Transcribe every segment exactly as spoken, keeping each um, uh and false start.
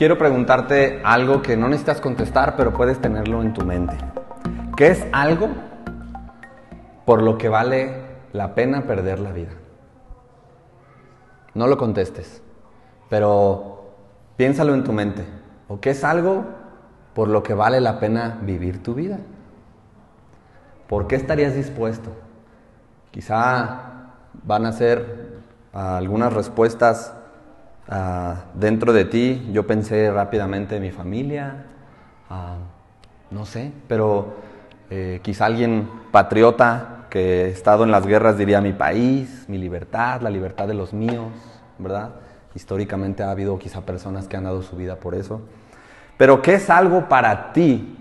Quiero preguntarte algo que no necesitas contestar, pero puedes tenerlo en tu mente. ¿Qué es algo por lo que vale la pena perder la vida? No lo contestes, pero piénsalo en tu mente. ¿O qué es algo por lo que vale la pena vivir tu vida? ¿Por qué estarías dispuesto? Quizá van a ser uh, algunas respuestas uh, dentro de ti. Yo pensé rápidamente en mi familia, uh, no sé, pero eh, quizá alguien patriota que ha estado en las guerras diría mi país, mi libertad, la libertad de los míos, ¿verdad? Históricamente ha habido quizá personas que han dado su vida por eso. Pero ¿qué es algo para ti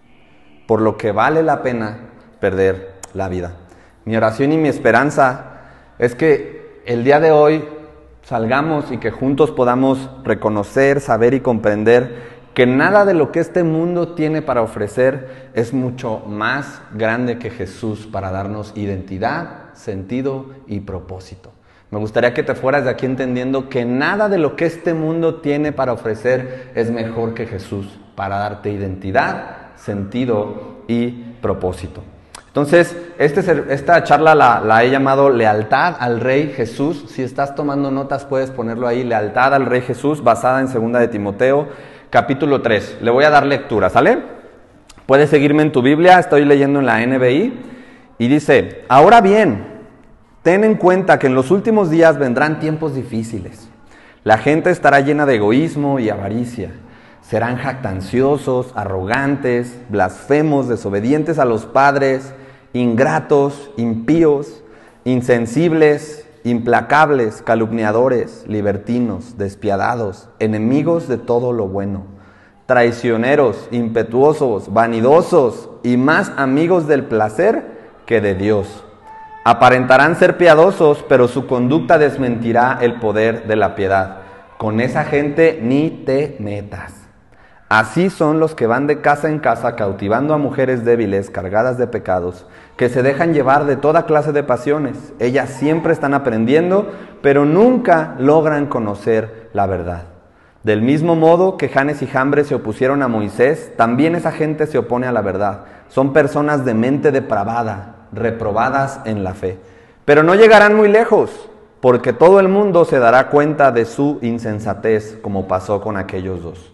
por lo que vale la pena perder la vida? Mi oración y mi esperanza es que el día de hoy salgamos y que juntos podamos reconocer, saber y comprender que nada de lo que este mundo tiene para ofrecer es mucho más grande que Jesús para darnos identidad, sentido y propósito. Me gustaría que te fueras de aquí entendiendo que nada de lo que este mundo tiene para ofrecer es mejor que Jesús para darte identidad, sentido y propósito. Entonces, este, esta charla la, la he llamado Lealtad al Rey Jesús. Si estás tomando notas puedes ponerlo ahí, Lealtad al Rey Jesús, basada en segunda de Timoteo, capítulo tres. Le voy a dar lectura, ¿sale? Puedes seguirme en tu Biblia, estoy leyendo en la N B I, y dice: ahora bien, ten en cuenta que en los últimos días vendrán tiempos difíciles. La gente estará llena de egoísmo y avaricia. Serán jactanciosos, arrogantes, blasfemos, desobedientes a los padres, ingratos, impíos, insensibles, implacables, calumniadores, libertinos, despiadados, enemigos de todo lo bueno, traicioneros, impetuosos, vanidosos y más amigos del placer que de Dios. Aparentarán ser piadosos, pero su conducta desmentirá el poder de la piedad. Con esa gente ni te metas. Así son los que van de casa en casa cautivando a mujeres débiles, cargadas de pecados, que se dejan llevar de toda clase de pasiones. Ellas siempre están aprendiendo, pero nunca logran conocer la verdad. Del mismo modo que Janes y Jambres se opusieron a Moisés, también esa gente se opone a la verdad. Son personas de mente depravada, reprobadas en la fe. Pero no llegarán muy lejos, porque todo el mundo se dará cuenta de su insensatez, como pasó con aquellos dos.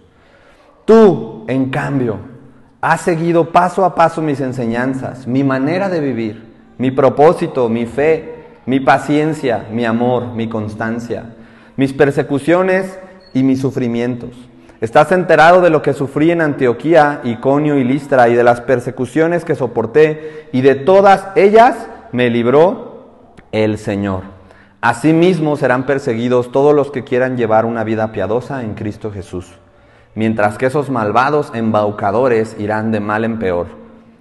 Tú, en cambio, has seguido paso a paso mis enseñanzas, mi manera de vivir, mi propósito, mi fe, mi paciencia, mi amor, mi constancia, mis persecuciones y mis sufrimientos. Estás enterado de lo que sufrí en Antioquía, Iconio y Listra, y de las persecuciones que soporté, y de todas ellas me libró el Señor. Asimismo serán perseguidos todos los que quieran llevar una vida piadosa en Cristo Jesús, mientras que esos malvados embaucadores irán de mal en peor,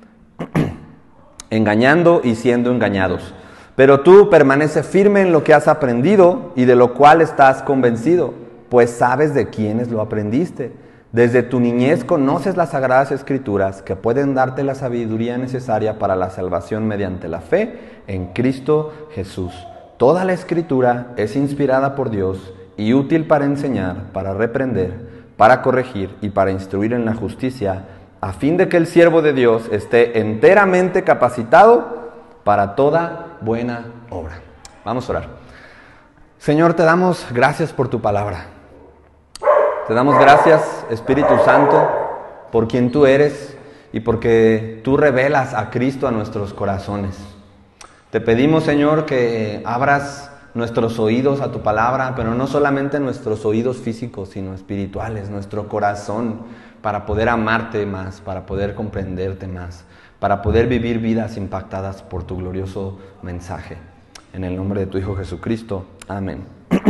engañando y siendo engañados. Pero tú permanece firme en lo que has aprendido y de lo cual estás convencido, pues sabes de quiénes lo aprendiste. Desde tu niñez conoces las Sagradas Escrituras, que pueden darte la sabiduría necesaria para la salvación mediante la fe en Cristo Jesús. Toda la Escritura es inspirada por Dios y útil para enseñar, para reprender, para corregir y para instruir en la justicia, a fin de que el siervo de Dios esté enteramente capacitado para toda buena obra. Vamos a orar. Señor, te damos gracias por tu palabra. Te damos gracias, Espíritu Santo, por quien tú eres y porque tú revelas a Cristo a nuestros corazones. Te pedimos, Señor, que abras nuestros oídos a tu palabra, pero no solamente nuestros oídos físicos, sino espirituales, nuestro corazón, para poder amarte más, para poder comprenderte más, para poder vivir vidas impactadas por tu glorioso mensaje. En el nombre de tu Hijo Jesucristo. Amén.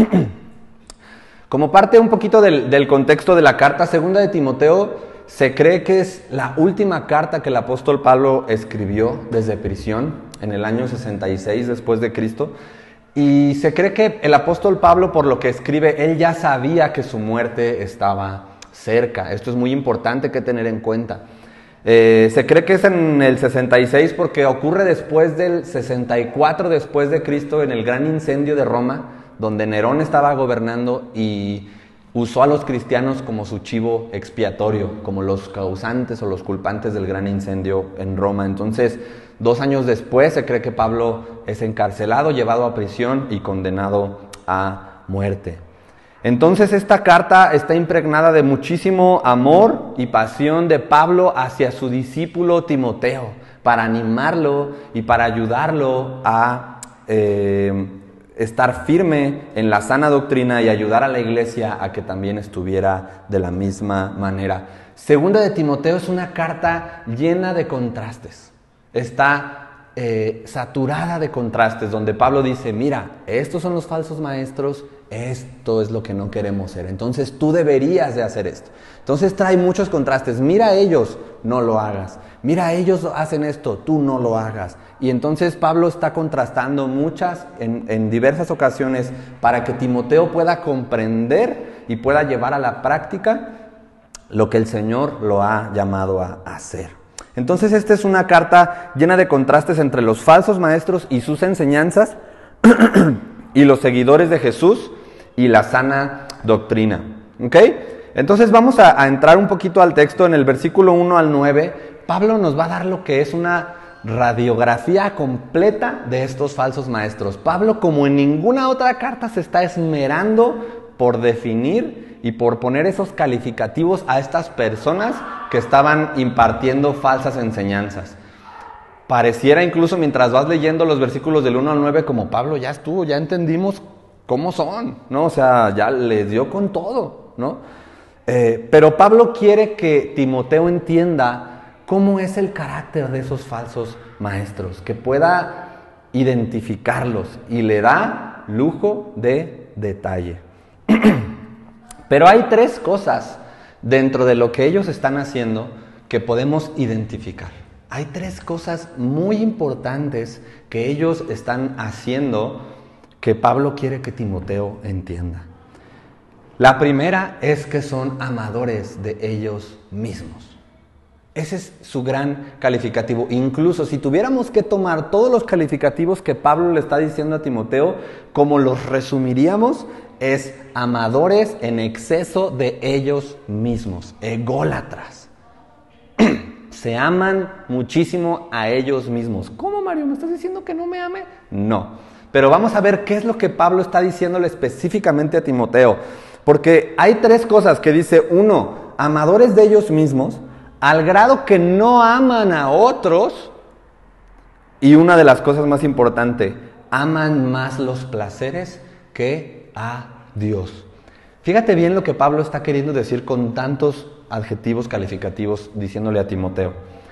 Como parte un poquito del, del contexto de la carta, segunda de Timoteo, se cree que es la última carta que el apóstol Pablo escribió desde prisión, en el año sesenta y seis después de Cristo. Y se cree que el apóstol Pablo, por lo que escribe, él ya sabía que su muerte estaba cerca. Esto es muy importante que tener en cuenta. Eh, se cree que es en el sesenta y seis porque ocurre después del sesenta y cuatro después de Cristo, en el gran incendio de Roma, donde Nerón estaba gobernando y usó a los cristianos como su chivo expiatorio, como los causantes o los culpantes del gran incendio en Roma. Entonces, dos años después se cree que Pablo es encarcelado, llevado a prisión y condenado a muerte. Entonces, esta carta está impregnada de muchísimo amor y pasión de Pablo hacia su discípulo Timoteo, para animarlo y para ayudarlo a eh, estar firme en la sana doctrina y ayudar a la iglesia a que también estuviera de la misma manera. Segunda de Timoteo es una carta llena de contrastes. Está eh, saturada de contrastes, donde Pablo dice, mira, estos son los falsos maestros, esto es lo que no queremos ser. Entonces tú deberías de hacer esto. Entonces trae muchos contrastes. Mira a ellos, no lo hagas. Mira, ellos hacen esto, tú no lo hagas. Y entonces Pablo está contrastando muchas, en, en diversas ocasiones, para que Timoteo pueda comprender y pueda llevar a la práctica lo que el Señor lo ha llamado a hacer. Entonces esta es una carta llena de contrastes entre los falsos maestros y sus enseñanzas y los seguidores de Jesús y la sana doctrina. ¿Ok? Entonces vamos a, a entrar un poquito al texto. En el versículo uno al nueve, Pablo nos va a dar lo que es una radiografía completa de estos falsos maestros. Pablo, como en ninguna otra carta, se está esmerando por definir y por poner esos calificativos a estas personas que estaban impartiendo falsas enseñanzas. Pareciera incluso mientras vas leyendo los versículos del uno al nueve como Pablo ya estuvo, ya entendimos cómo son, ¿no? O sea, ya les dio con todo, ¿no? Eh, pero Pablo quiere que Timoteo entienda cómo es el carácter de esos falsos maestros, que pueda identificarlos, y le da lujo de detalle. Pero hay tres cosas dentro de lo que ellos están haciendo que podemos identificar. Hay tres cosas muy importantes que ellos están haciendo que Pablo quiere que Timoteo entienda. La primera es que son amadores de ellos mismos. Ese es su gran calificativo. Incluso si tuviéramos que tomar todos los calificativos que Pablo le está diciendo a Timoteo, como los resumiríamos, es amadores en exceso de ellos mismos, ególatras. Se aman muchísimo a ellos mismos. ¿Cómo, Mario? ¿Me estás diciendo que no me ame? No. Pero vamos a ver qué es lo que Pablo está diciéndole específicamente a Timoteo. Porque hay tres cosas que dice. Uno, amadores de ellos mismos, al grado que no aman a otros. Y una de las cosas más importantes, aman más los placeres que a Dios. Fíjate bien lo que Pablo está queriendo decir con tantos adjetivos calificativos diciéndole a Timoteo.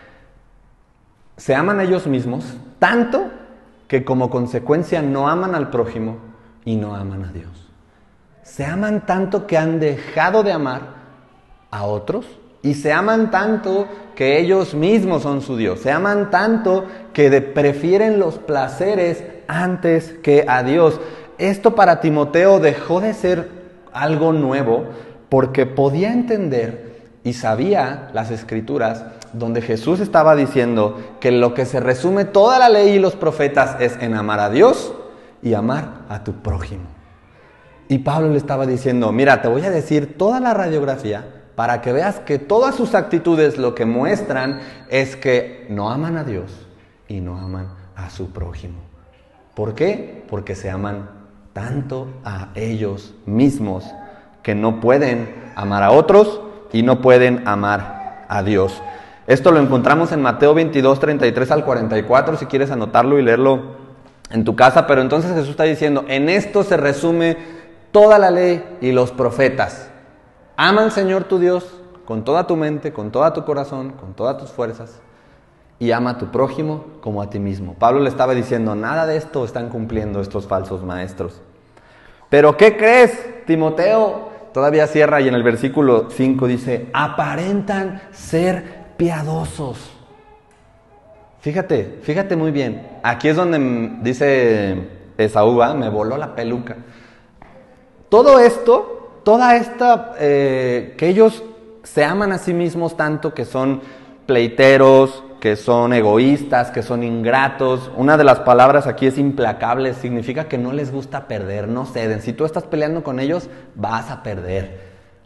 Se aman a ellos mismos tanto que como consecuencia no aman al prójimo y no aman a Dios. Se aman tanto que han dejado de amar a otros y se aman tanto que ellos mismos son su Dios. Se aman tanto que de, prefieren los placeres antes que a Dios. Esto para Timoteo dejó de ser algo nuevo porque podía entender y sabía las Escrituras donde Jesús estaba diciendo que lo que se resume toda la ley y los profetas es en amar a Dios y amar a tu prójimo. Y Pablo le estaba diciendo, mira, te voy a decir toda la radiografía para que veas que todas sus actitudes lo que muestran es que no aman a Dios y no aman a su prójimo. ¿Por qué? Porque se aman tanto a ellos mismos que no pueden amar a otros y no pueden amar a Dios. Esto lo encontramos en Mateo veintidós, treinta y tres al cuarenta y cuatro, si quieres anotarlo y leerlo en tu casa. Pero entonces Jesús está diciendo, en esto se resume toda la ley y los profetas. Ama al Señor tu Dios con toda tu mente, con todo tu corazón, con todas tus fuerzas, y ama a tu prójimo como a ti mismo. Pablo le estaba diciendo, nada de esto están cumpliendo estos falsos maestros. ¿Pero qué crees, Timoteo? Todavía cierra y en el versículo cinco dice, aparentan ser piadosos. Fíjate, fíjate muy bien. Aquí es donde dice Esaú, ¿eh? Me voló la peluca. Todo esto, toda esta, eh, que ellos se aman a sí mismos tanto que son pleiteros, que son egoístas, que son ingratos. Una de las palabras aquí es implacables, significa que no les gusta perder, no ceden. Si tú estás peleando con ellos, vas a perder.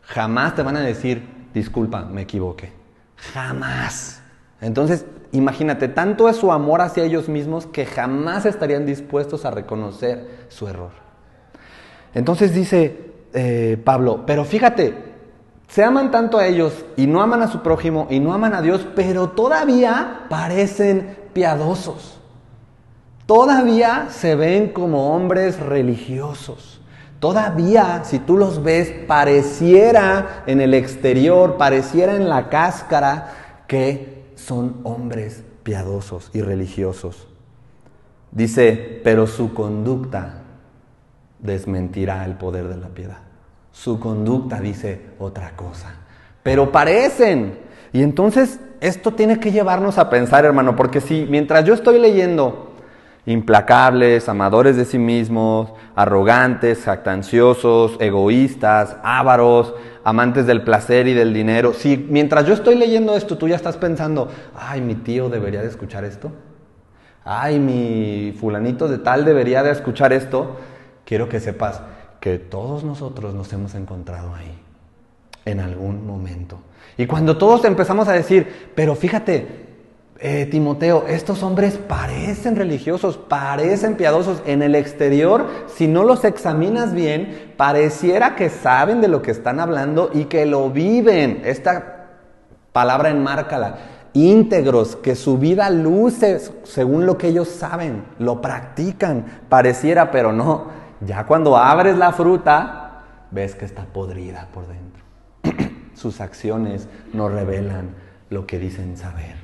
Jamás te van a decir, disculpa, me equivoqué. Jamás. Entonces, imagínate, tanto es su amor hacia ellos mismos que jamás estarían dispuestos a reconocer su error. Entonces dice eh, Pablo, pero fíjate, se aman tanto a ellos y no aman a su prójimo y no aman a Dios, pero todavía parecen piadosos. Todavía se ven como hombres religiosos. Todavía, si tú los ves, pareciera en el exterior, pareciera en la cáscara que son hombres piadosos y religiosos. Dice, pero su conducta desmentirá el poder de la piedad. Su conducta dice otra cosa. Pero parecen. Y entonces esto tiene que llevarnos a pensar, hermano, porque si mientras yo estoy leyendo implacables, amadores de sí mismos, arrogantes, jactanciosos, egoístas, ávaros, amantes del placer y del dinero, si mientras yo estoy leyendo esto tú ya estás pensando, ay, mi tío debería de escuchar esto, ay, mi fulanito de tal debería de escuchar esto, quiero que sepas que todos nosotros nos hemos encontrado ahí, en algún momento. Y cuando todos empezamos a decir, pero fíjate, eh, Timoteo, estos hombres parecen religiosos, parecen piadosos en el exterior, si no los examinas bien, pareciera que saben de lo que están hablando y que lo viven. Esta palabra enmárcala. Íntegros, que su vida luce según lo que ellos saben, lo practican, pareciera, pero no. Ya cuando abres la fruta, ves que está podrida por dentro. Sus acciones no revelan lo que dicen saber.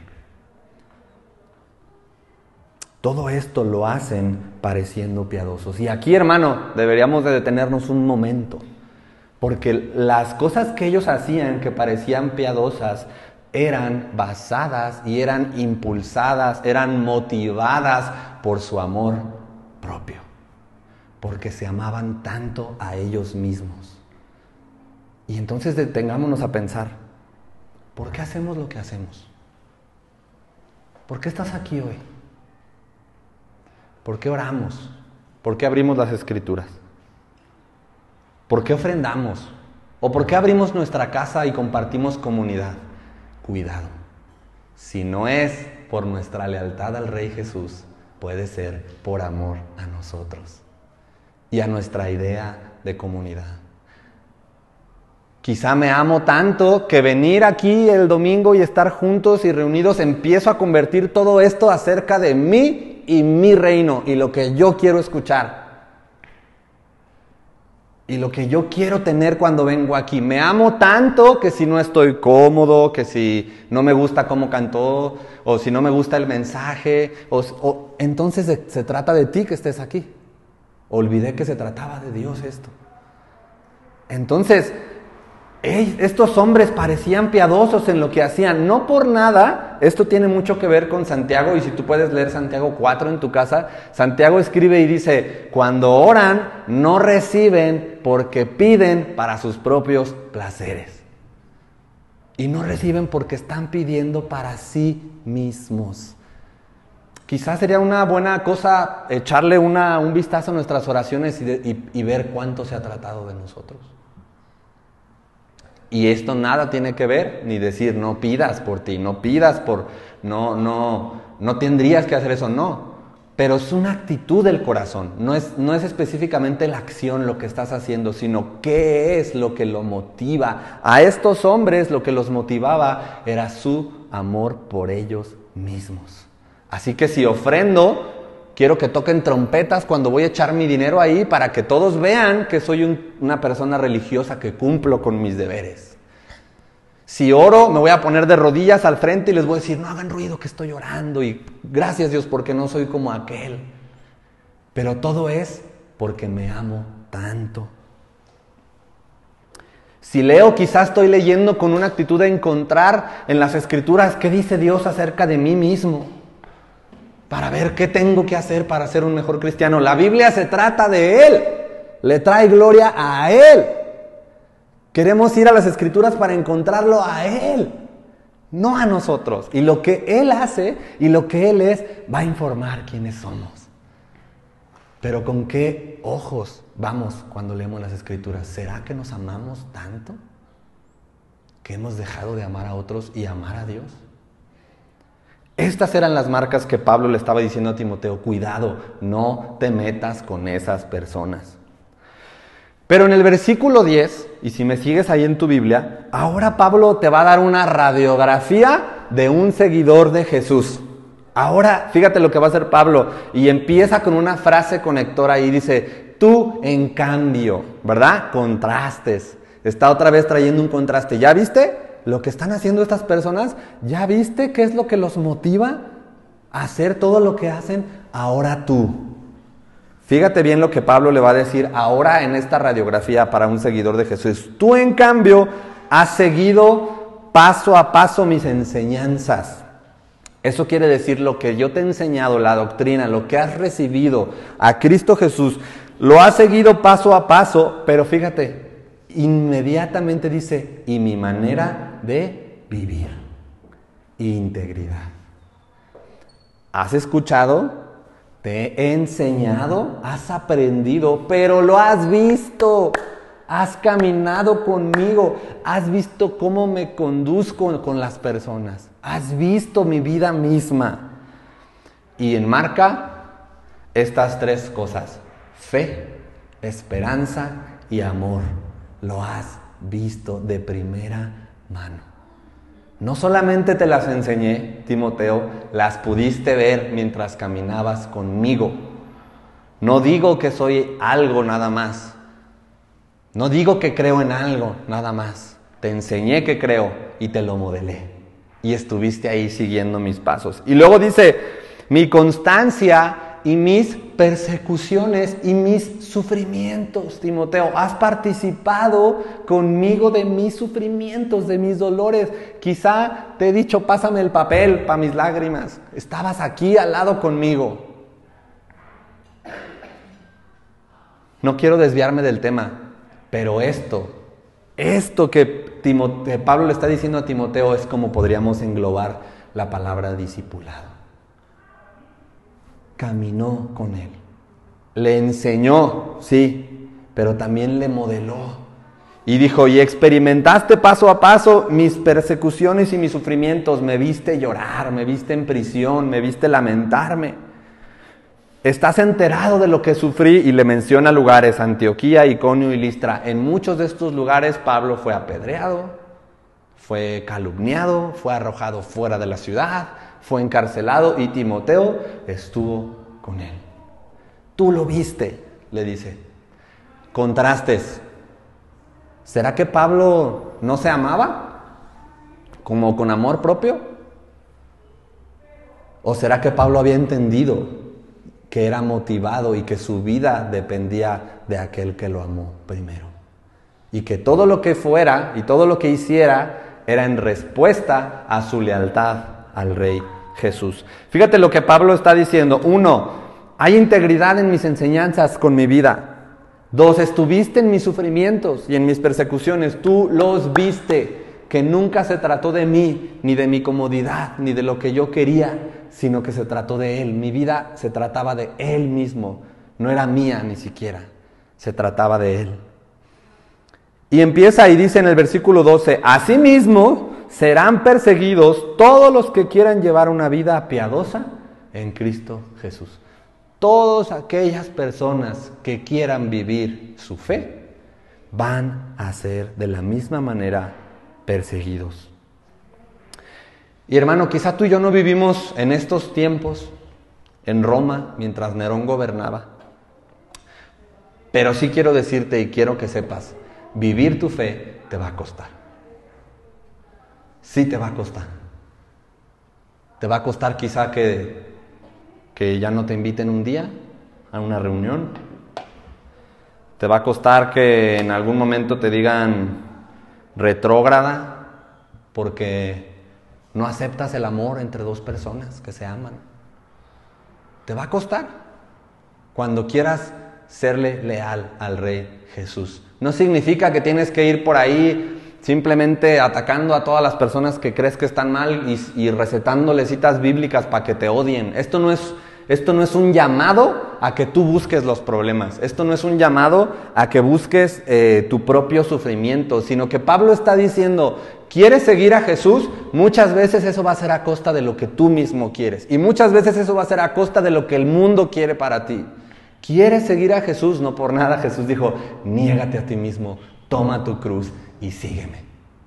Todo esto lo hacen pareciendo piadosos. Y aquí, hermano, deberíamos de detenernos un momento, porque las cosas que ellos hacían que parecían piadosas eran basadas y eran impulsadas, eran motivadas por su amor propio, porque se amaban tanto a ellos mismos. Y entonces detengámonos a pensar, ¿por qué hacemos lo que hacemos? ¿Por qué estás aquí hoy? ¿Por qué oramos? ¿Por qué abrimos las Escrituras? ¿Por qué ofrendamos? ¿O por qué abrimos nuestra casa y compartimos comunidad? Cuidado, si no es por nuestra lealtad al Rey Jesús, puede ser por amor a nosotros y a nuestra idea de comunidad. Quizá me amo tanto que venir aquí el domingo y estar juntos y reunidos, empiezo a convertir todo esto acerca de mí y mi reino y lo que yo quiero escuchar y lo que yo quiero tener cuando vengo aquí. Me amo tanto que si no estoy cómodo, que si no me gusta cómo cantó, o si no me gusta el mensaje, o, o, entonces se, se trata de ti que estés aquí. Olvidé que se trataba de Dios esto. Entonces, hey, estos hombres parecían piadosos en lo que hacían, no por nada. Esto tiene mucho que ver con Santiago, y si tú puedes leer Santiago cuatro en tu casa, Santiago escribe y dice, cuando oran no reciben porque piden para sus propios placeres. Y no reciben porque están pidiendo para sí mismos. Quizás sería una buena cosa echarle una, un vistazo a nuestras oraciones y, de, y, y ver cuánto se ha tratado de nosotros. Y esto nada tiene que ver, ni decir no pidas por ti, no pidas por, no, no, no tendrías que hacer eso, no. Pero es una actitud del corazón, no es, no es específicamente la acción lo que estás haciendo, sino qué es lo que lo motiva. A estos hombres lo que los motivaba era su amor por ellos mismos. Así que si ofrendo, quiero que toquen trompetas cuando voy a echar mi dinero ahí para que todos vean que soy un, una persona religiosa que cumplo con mis deberes. Si oro, me voy a poner de rodillas al frente y les voy a decir, no hagan ruido que estoy orando y gracias Dios porque no soy como aquel. Pero todo es porque me amo tanto. Si leo, quizás estoy leyendo con una actitud de encontrar en las Escrituras qué dice Dios acerca de mí mismo, para ver qué tengo que hacer para ser un mejor cristiano. La Biblia se trata de Él, le trae gloria a Él. Queremos ir a las Escrituras para encontrarlo a Él, no a nosotros. Y lo que Él hace y lo que Él es va a informar quiénes somos. Pero ¿con qué ojos vamos cuando leemos las Escrituras? ¿Será que nos amamos tanto? que hemos dejado de amar a otros y amar a Dios. Estas eran las marcas que Pablo le estaba diciendo a Timoteo: cuidado, no te metas con esas personas. Pero en el versículo diez, y si me sigues ahí en tu Biblia, ahora Pablo te va a dar una radiografía de un seguidor de Jesús. Ahora, fíjate lo que va a hacer Pablo, y empieza con una frase conectora ahí, dice: tú en cambio, ¿verdad? Contrastes. Está otra vez trayendo un contraste. ¿Ya viste lo que están haciendo estas personas? ¿Ya viste qué es lo que los motiva a hacer todo lo que hacen? Ahora tú. Fíjate bien lo que Pablo le va a decir ahora en esta radiografía para un seguidor de Jesús. Tú, en cambio, has seguido paso a paso mis enseñanzas. Eso quiere decir lo que yo te he enseñado, la doctrina, lo que has recibido a Cristo Jesús, lo has seguido paso a paso, pero fíjate, inmediatamente dice: y mi manera de vivir, integridad. ¿Has escuchado? Te he enseñado, has aprendido, pero lo has visto. Has caminado conmigo, has visto cómo me conduzco con las personas, has visto mi vida misma. Y enmarca estas tres cosas: fe, esperanza y amor. Lo has visto de primera mano. No solamente te las enseñé, Timoteo, las pudiste ver mientras caminabas conmigo. No digo que soy algo nada más. No digo que creo en algo nada más. Te enseñé que creo y te lo modelé. Y estuviste ahí siguiendo mis pasos. Y luego dice: mi constancia y mis persecuciones y mis sufrimientos. Timoteo, has participado conmigo de mis sufrimientos, de mis dolores. Quizá te he dicho: pásame el papel para mis lágrimas. Estabas aquí al lado conmigo. No quiero desviarme del tema, pero esto, esto que, Timoteo, que Pablo le está diciendo a Timoteo es como podríamos englobar la palabra discipulado. Caminó con él, le enseñó, sí, pero también le modeló. Y dijo: y experimentaste paso a paso mis persecuciones y mis sufrimientos. Me viste llorar, me viste en prisión, me viste lamentarme. Estás enterado de lo que sufrí. Y le menciona lugares: Antioquía, Iconio y Listra. En muchos de estos lugares Pablo fue apedreado, fue calumniado, fue arrojado fuera de la ciudad, fue encarcelado, y Timoteo estuvo con él. Tú lo viste, le dice. Contrastes. ¿Será que Pablo no se amaba? ¿Como con amor propio? ¿O será que Pablo había entendido que era motivado y que su vida dependía de aquel que lo amó primero? Y que todo lo que fuera y todo lo que hiciera era en respuesta a su lealtad al Rey Jesús. Fíjate lo que Pablo está diciendo. Uno, hay integridad en mis enseñanzas con mi vida. Dos, estuviste en mis sufrimientos y en mis persecuciones. Tú los viste, que nunca se trató de mí, ni de mi comodidad, ni de lo que yo quería, sino que se trató de Él. Mi vida se trataba de Él mismo. No era mía ni siquiera. Se trataba de Él. Y empieza y dice en el versículo doce: asimismo serán perseguidos todos los que quieran llevar una vida piadosa en Cristo Jesús. Todas aquellas personas que quieran vivir su fe van a ser de la misma manera perseguidos. Y hermano, quizá tú y yo no vivimos en estos tiempos en Roma mientras Nerón gobernaba, pero sí quiero decirte y quiero que sepas: vivir tu fe te va a costar. Sí te va a costar. Te va a costar quizá que, que ya no te inviten un día a una reunión. Te va a costar que en algún momento te digan retrógrada porque no aceptas el amor entre dos personas que se aman. Te va a costar cuando quieras serle leal al Rey Jesús. No significa que tienes que ir por ahí simplemente atacando a todas las personas que crees que están mal y, y recetándole citas bíblicas para que te odien. Esto no es, esto no es un llamado a que tú busques los problemas. Esto no es un llamado a que busques eh, tu propio sufrimiento, sino que Pablo está diciendo: ¿Quieres seguir a Jesús? Muchas veces eso va a ser a costa de lo que tú mismo quieres. Y muchas veces eso va a ser a costa de lo que el mundo quiere para ti. ¿Quieres seguir a Jesús? No por nada Jesús dijo, niégate a ti mismo, toma tu cruz y sígueme.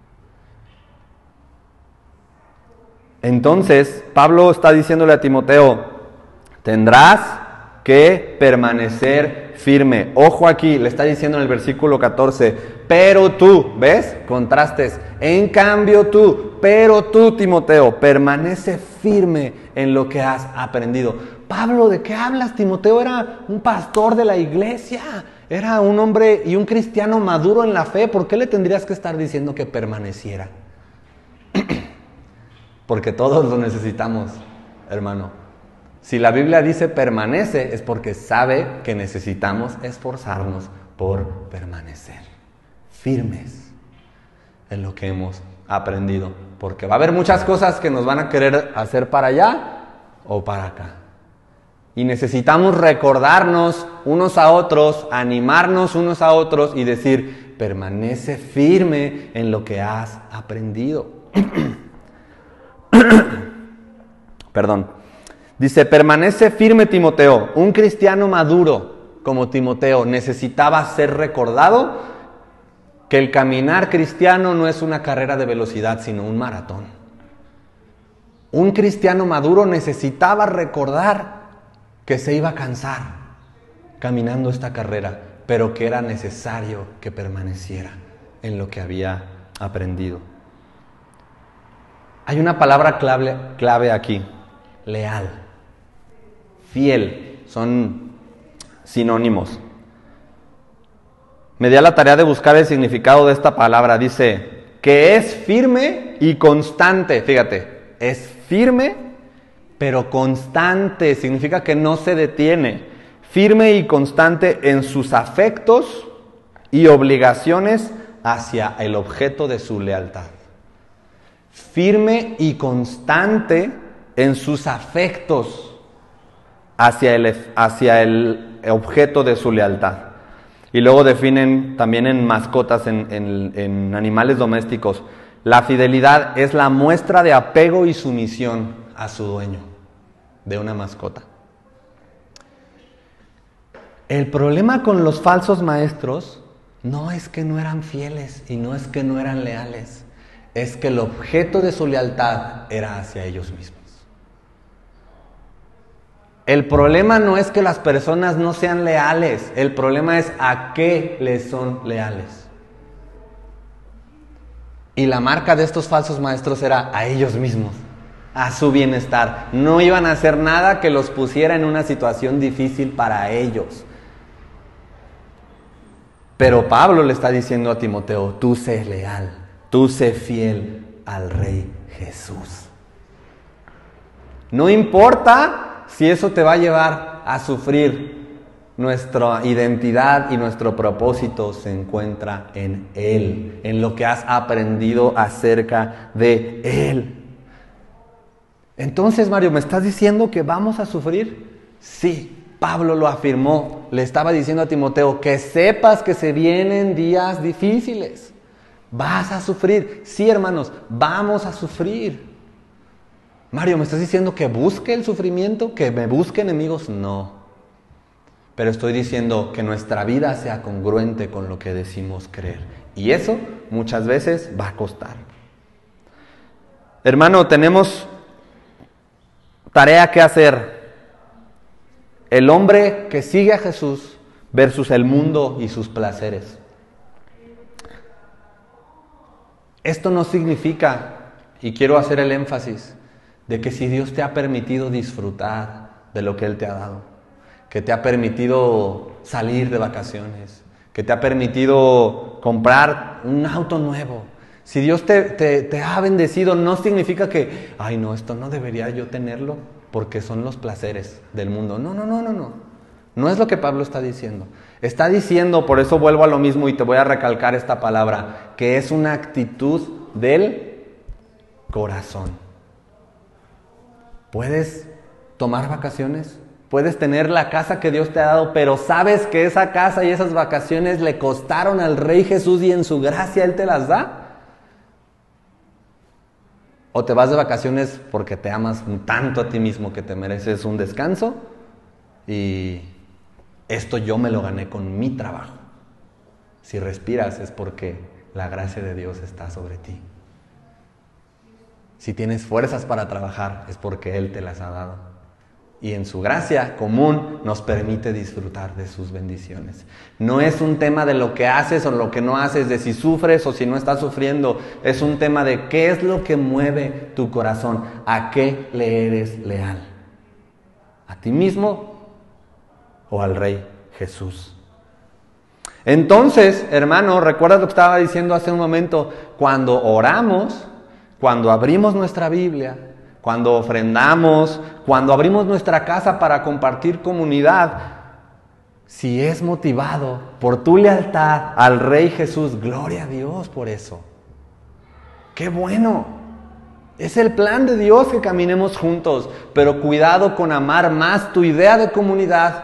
Entonces, Pablo está diciéndole a Timoteo, tendrás que permanecer firme. Ojo aquí, le está diciendo en el versículo catorce, pero tú, ¿ves? Contrastes. En cambio tú, pero tú, Timoteo, permanece firme en lo que has aprendido. Pablo, ¿de qué hablas? Timoteo era un pastor de la iglesia, era un hombre y un cristiano maduro en la fe. ¿Por qué le tendrías que estar diciendo que permaneciera? Porque todos lo necesitamos, hermano. Si la Biblia dice permanece, es porque sabe que necesitamos esforzarnos por permanecer firmes en lo que hemos aprendido. Porque va a haber muchas cosas que nos van a querer hacer para allá o para acá. Y necesitamos recordarnos unos a otros, animarnos unos a otros y decir, permanece firme en lo que has aprendido. Perdón. Dice, permanece firme Timoteo. Un cristiano maduro como Timoteo necesitaba ser recordado que el caminar cristiano no es una carrera de velocidad, sino un maratón. Un cristiano maduro necesitaba recordar que se iba a cansar caminando esta carrera, pero que era necesario que permaneciera en lo que había aprendido. Hay una palabra clave, clave aquí, leal, fiel, son sinónimos. Me di a la tarea de buscar el significado de esta palabra. Dice que es firme y constante. Fíjate, es firme pero constante. Significa que no se detiene. Firme y constante en sus afectos y obligaciones hacia el objeto de su lealtad. Firme y constante en sus afectos hacia el, hacia el objeto de su lealtad. Y luego definen también en mascotas, en, en, en animales domésticos. La fidelidad es la muestra de apego y sumisión a su dueño de una mascota. El problema con los falsos maestros no es que no eran fieles y no es que no eran leales. Es que el objeto de su lealtad era hacia ellos mismos. El problema no es que las personas no sean leales, el problema es a qué les son leales. Y la marca de estos falsos maestros era a ellos mismos, a su bienestar. No iban a hacer nada que los pusiera en una situación difícil para ellos. Pero Pablo le está diciendo a Timoteo, tú sé leal, tú sé fiel al Rey Jesús. No importa si eso te va a llevar a sufrir. Nuestra identidad y nuestro propósito se encuentra en Él, en lo que has aprendido acerca de Él. Entonces, Mario, ¿me estás diciendo que vamos a sufrir? Sí, Pablo lo afirmó. Le estaba diciendo a Timoteo que sepas que se vienen días difíciles. Vas a sufrir. Sí, hermanos, vamos a sufrir. Mario, ¿me estás diciendo que busque el sufrimiento? ¿Que me busque enemigos? No. Pero estoy diciendo que nuestra vida sea congruente con lo que decimos creer. Y eso muchas veces va a costar. Hermano, tenemos tarea que hacer. El hombre que sigue a Jesús versus el mundo y sus placeres. Esto no significa, y quiero hacer el énfasis, de que si Dios te ha permitido disfrutar de lo que Él te ha dado, que te ha permitido salir de vacaciones, que te ha permitido comprar un auto nuevo, si Dios te, te, te ha bendecido, no significa que, ay no, esto no debería yo tenerlo, porque son los placeres del mundo. No, no, no, no, no. No es lo que Pablo está diciendo. Está diciendo, por eso vuelvo a lo mismo y te voy a recalcar esta palabra, que es una actitud del corazón. ¿Puedes tomar vacaciones? Puedes tener la casa que Dios te ha dado, pero sabes que esa casa y esas vacaciones le costaron al Rey Jesús y en su gracia Él te las da. O te vas de vacaciones porque te amas tanto a ti mismo que te mereces un descanso. Y esto yo me lo gané con mi trabajo. Si respiras es porque la gracia de Dios está sobre ti. Si tienes fuerzas para trabajar es porque Él te las ha dado. Y en su gracia común nos permite disfrutar de sus bendiciones. No es un tema de lo que haces o lo que no haces, de si sufres o si no estás sufriendo. Es un tema de qué es lo que mueve tu corazón, a qué le eres leal. ¿A ti mismo o al Rey Jesús? Entonces, hermano, recuerda lo que estaba diciendo hace un momento. Cuando oramos, cuando abrimos nuestra Biblia, cuando ofrendamos, cuando abrimos nuestra casa para compartir comunidad, si es motivado por tu lealtad al Rey Jesús, gloria a Dios por eso. ¡Qué bueno! Es el plan de Dios que caminemos juntos, pero cuidado con amar más tu idea de comunidad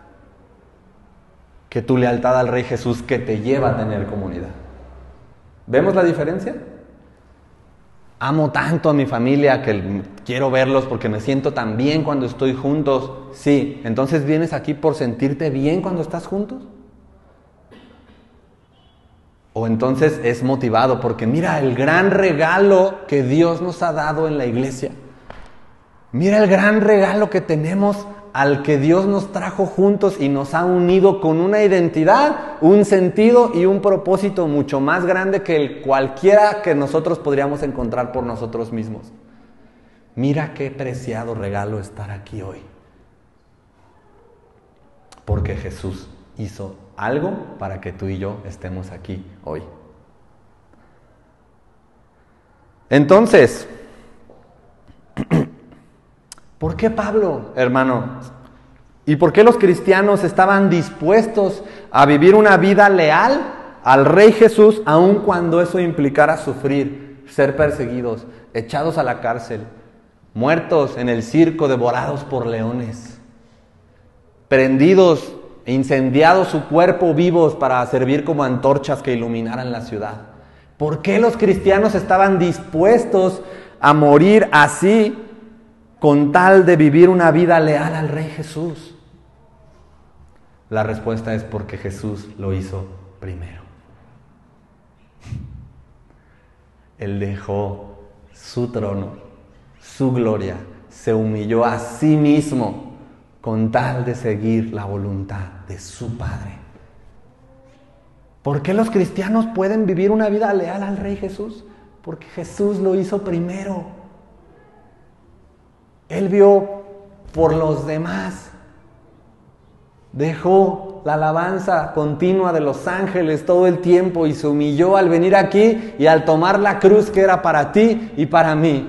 que tu lealtad al Rey Jesús que te lleva a tener comunidad. ¿Vemos la diferencia? Amo tanto a mi familia que quiero verlos porque me siento tan bien cuando estoy juntos. Sí, entonces vienes aquí por sentirte bien cuando estás juntos. O entonces es motivado porque mira el gran regalo que Dios nos ha dado en la iglesia. Mira el gran regalo que tenemos al que Dios nos trajo juntos y nos ha unido con una identidad, un sentido y un propósito mucho más grande que el cualquiera que nosotros podríamos encontrar por nosotros mismos. Mira qué preciado regalo estar aquí hoy. Porque Jesús hizo algo para que tú y yo estemos aquí hoy. Entonces, ¿por qué Pablo, hermano? ¿Y por qué los cristianos estaban dispuestos a vivir una vida leal al Rey Jesús, aun cuando eso implicara sufrir, ser perseguidos, echados a la cárcel, muertos en el circo, devorados por leones, prendidos, incendiados su cuerpo vivos para servir como antorchas que iluminaran la ciudad? ¿Por qué los cristianos estaban dispuestos a morir así con tal de vivir una vida leal al Rey Jesús? La respuesta es porque Jesús lo hizo primero. Él dejó su trono, su gloria, se humilló a sí mismo con tal de seguir la voluntad de su Padre. ¿Por qué los cristianos pueden vivir una vida leal al Rey Jesús? Porque Jesús lo hizo primero. Él vio por los demás. Dejó la alabanza continua de los ángeles todo el tiempo y se humilló al venir aquí y al tomar la cruz que era para ti y para mí.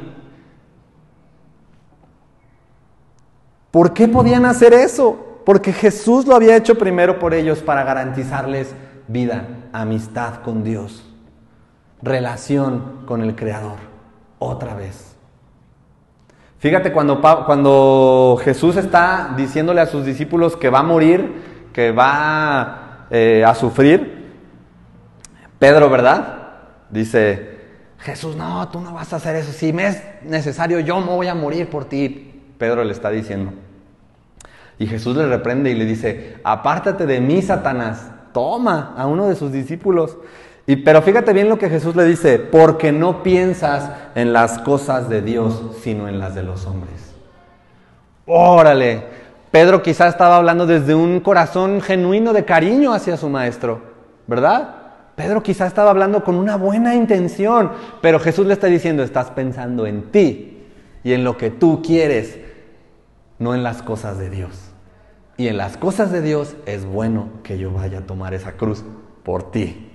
¿Por qué podían hacer eso? Porque Jesús lo había hecho primero por ellos para garantizarles vida, amistad con Dios, relación con el Creador, otra vez. Fíjate cuando, cuando Jesús está diciéndole a sus discípulos que va a morir, que va eh, a sufrir, Pedro, ¿verdad? Dice, Jesús, no, tú no vas a hacer eso, si me es necesario yo me voy a morir por ti. Pedro le está diciendo. Y Jesús le reprende y le dice, apártate de mí, Satanás. Toma a uno de sus discípulos. Y, pero fíjate bien lo que Jesús le dice, porque no piensas en las cosas de Dios, sino en las de los hombres. ¡Órale! Pedro quizás estaba hablando desde un corazón genuino de cariño hacia su maestro, ¿verdad? Pedro quizás estaba hablando con una buena intención, pero Jesús le está diciendo, estás pensando en ti y en lo que tú quieres, no en las cosas de Dios. Y en las cosas de Dios es bueno que yo vaya a tomar esa cruz por ti.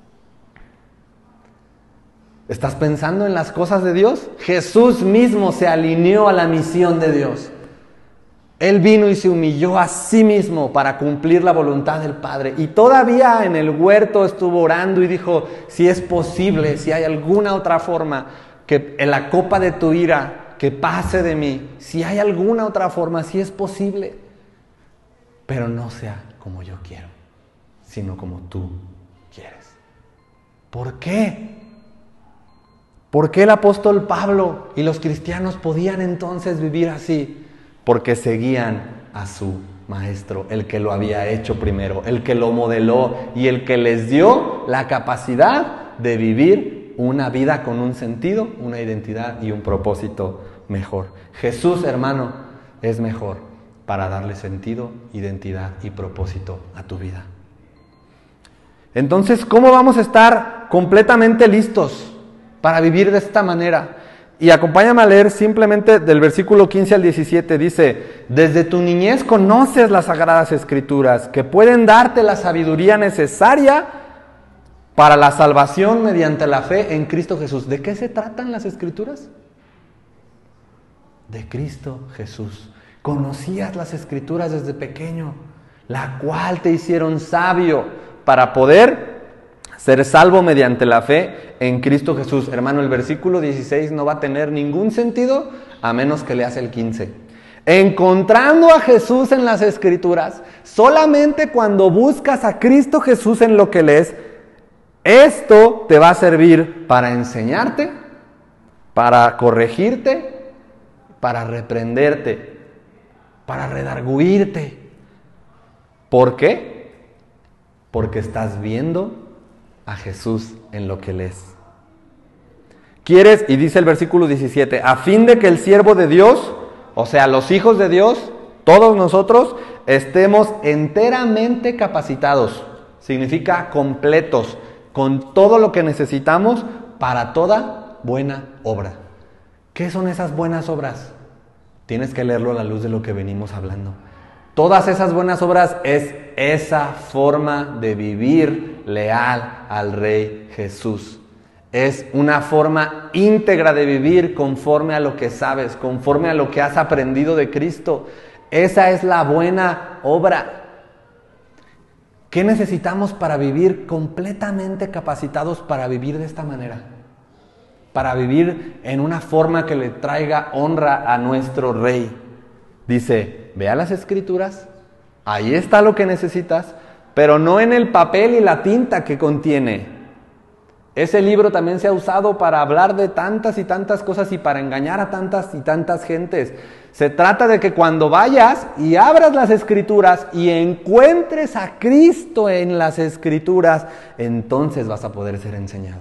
¿Estás pensando en las cosas de Dios? Jesús mismo se alineó a la misión de Dios. Él vino y se humilló a sí mismo para cumplir la voluntad del Padre. Y todavía en el huerto estuvo orando y dijo, si es posible, si hay alguna otra forma, que en la copa de tu ira, que pase de mí. Si hay alguna otra forma, si es posible. Pero no sea como yo quiero, sino como tú quieres. ¿Por qué? ¿Por qué el apóstol Pablo y los cristianos podían entonces vivir así? Porque seguían a su maestro, el que lo había hecho primero, el que lo modeló y el que les dio la capacidad de vivir una vida con un sentido, una identidad y un propósito mejor. Jesús, hermano, es mejor para darle sentido, identidad y propósito a tu vida. Entonces, ¿cómo vamos a estar completamente listos para vivir de esta manera? Y acompáñame a leer simplemente del versículo quince al diecisiete. Dice: desde tu niñez conoces las sagradas escrituras, que pueden darte la sabiduría necesaria para la salvación mediante la fe en Cristo Jesús. ¿De qué se tratan las escrituras? De Cristo Jesús. Conocías las escrituras desde pequeño, la cual te hicieron sabio para poder ser salvo mediante la fe en Cristo Jesús. Hermano, el versículo dieciséis no va a tener ningún sentido a menos que leas el quince. Encontrando a Jesús en las Escrituras, solamente cuando buscas a Cristo Jesús en lo que lees, esto te va a servir para enseñarte, para corregirte, para reprenderte, para redarguirte. ¿Por qué? Porque estás viendo a Jesús en lo que lees. ¿Quieres? Y dice el versículo diecisiete, a fin de que el siervo de Dios, o sea, los hijos de Dios, todos nosotros, estemos enteramente capacitados. Significa completos, con todo lo que necesitamos para toda buena obra. ¿Qué son esas buenas obras? Tienes que leerlo a la luz de lo que venimos hablando. Todas esas buenas obras es esa forma de vivir leal al Rey Jesús. Es una forma íntegra de vivir conforme a lo que sabes, conforme a lo que has aprendido de Cristo. Esa es la buena obra. ¿Qué necesitamos para vivir completamente capacitados para vivir de esta manera? Para vivir en una forma que le traiga honra a nuestro Rey. Dice, ve a las Escrituras, ahí está lo que necesitas, pero no en el papel y la tinta que contiene. Ese libro también se ha usado para hablar de tantas y tantas cosas y para engañar a tantas y tantas gentes. Se trata de que cuando vayas y abras las Escrituras y encuentres a Cristo en las Escrituras, entonces vas a poder ser enseñado.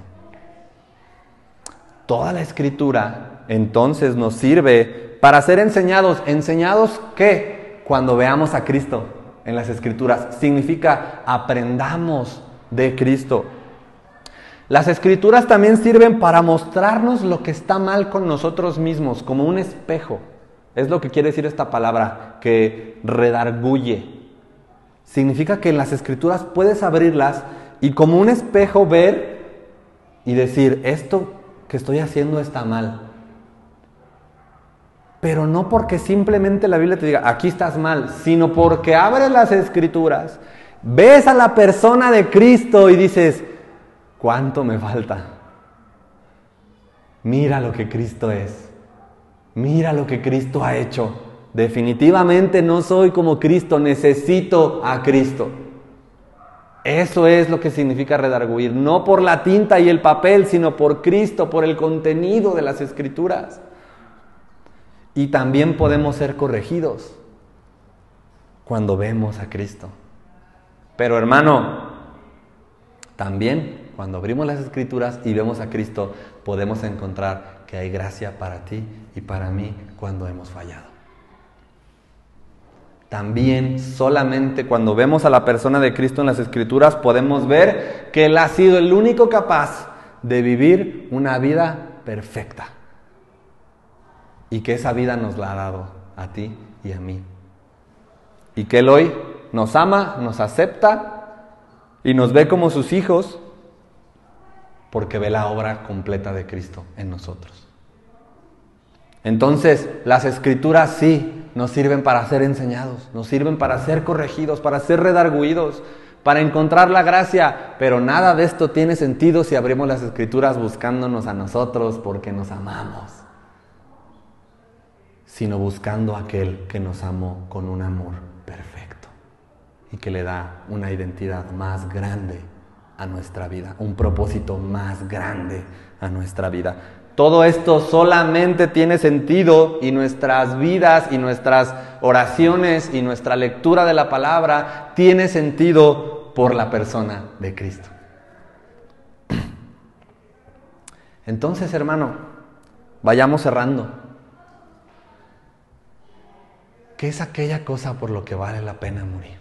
Toda la Escritura entonces nos sirve para ser enseñados. ¿Enseñados qué? Cuando veamos a Cristo en las Escrituras. Significa aprendamos de Cristo. Las Escrituras también sirven para mostrarnos lo que está mal con nosotros mismos, como un espejo. Es lo que quiere decir esta palabra, que redarguye. Significa que en las Escrituras puedes abrirlas y como un espejo ver y decir, esto que estoy haciendo está mal. Pero no porque simplemente la Biblia te diga, aquí estás mal, sino porque abres las Escrituras, ves a la persona de Cristo y dices, ¿cuánto me falta? Mira lo que Cristo es. Mira lo que Cristo ha hecho. Definitivamente no soy como Cristo, necesito a Cristo. Eso es lo que significa redarguir, no por la tinta y el papel, sino por Cristo, por el contenido de las Escrituras. Y también podemos ser corregidos cuando vemos a Cristo. Pero hermano, también cuando abrimos las Escrituras y vemos a Cristo, podemos encontrar que hay gracia para ti y para mí cuando hemos fallado. También solamente cuando vemos a la persona de Cristo en las Escrituras podemos ver que Él ha sido el único capaz de vivir una vida perfecta. Y que esa vida nos la ha dado a ti y a mí. Y que Él hoy nos ama, nos acepta y nos ve como sus hijos porque ve la obra completa de Cristo en nosotros. Entonces, las Escrituras sí nos sirven para ser enseñados, nos sirven para ser corregidos, para ser redarguidos, para encontrar la gracia, pero nada de esto tiene sentido si abrimos las Escrituras buscándonos a nosotros porque nos amamos, sino buscando a aquel que nos amó con un amor perfecto y que le da una identidad más grande a nuestra vida, un propósito más grande a nuestra vida. Todo esto solamente tiene sentido y nuestras vidas y nuestras oraciones y nuestra lectura de la palabra tiene sentido por la persona de Cristo. Entonces, hermano, vayamos cerrando. ¿Qué es aquella cosa por lo que vale la pena morir?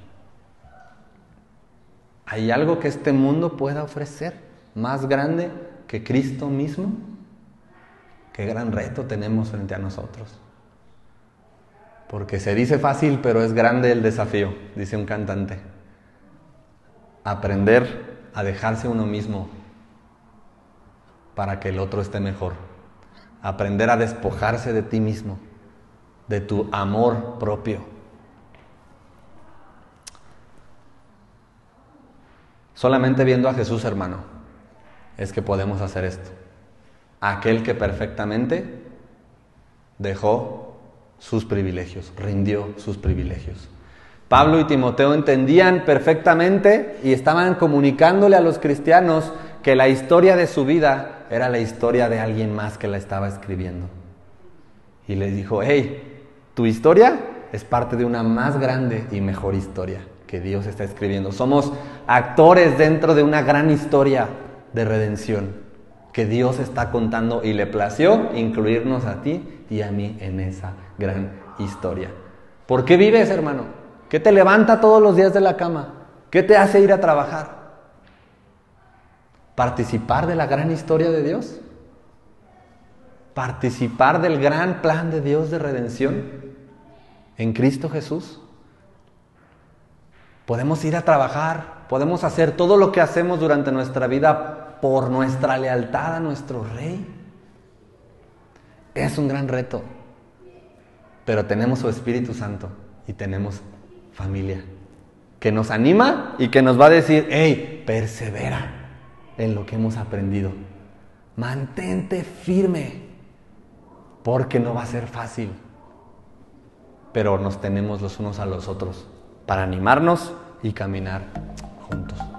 ¿Hay algo que este mundo pueda ofrecer más grande que Cristo mismo? Qué gran reto tenemos frente a nosotros. Porque se dice fácil, pero es grande el desafío, dice un cantante. Aprender a dejarse uno mismo para que el otro esté mejor. Aprender a despojarse de ti mismo, de tu amor propio. Solamente viendo a Jesús, hermano, es que podemos hacer esto. Aquel que perfectamente dejó sus privilegios, rindió sus privilegios. Pablo y Timoteo entendían perfectamente y estaban comunicándole a los cristianos que la historia de su vida era la historia de alguien más que la estaba escribiendo. Y les dijo, hey, tu historia es parte de una más grande y mejor historia que Dios está escribiendo. Somos actores dentro de una gran historia de redención que Dios está contando y le plació incluirnos a ti y a mí en esa gran historia. ¿Por qué vives, hermano? ¿Qué te levanta todos los días de la cama? ¿Qué te hace ir a trabajar? ¿Participar de la gran historia de Dios? ¿Participar del gran plan de Dios de redención en Cristo Jesús? Podemos ir a trabajar, podemos hacer todo lo que hacemos durante nuestra vida por nuestra lealtad a nuestro Rey. Es un gran reto, pero tenemos su Espíritu Santo y tenemos familia que nos anima y que nos va a decir, hey, persevera en lo que hemos aprendido, mantente firme, porque no va a ser fácil, pero nos tenemos los unos a los otros para animarnos y caminar juntos.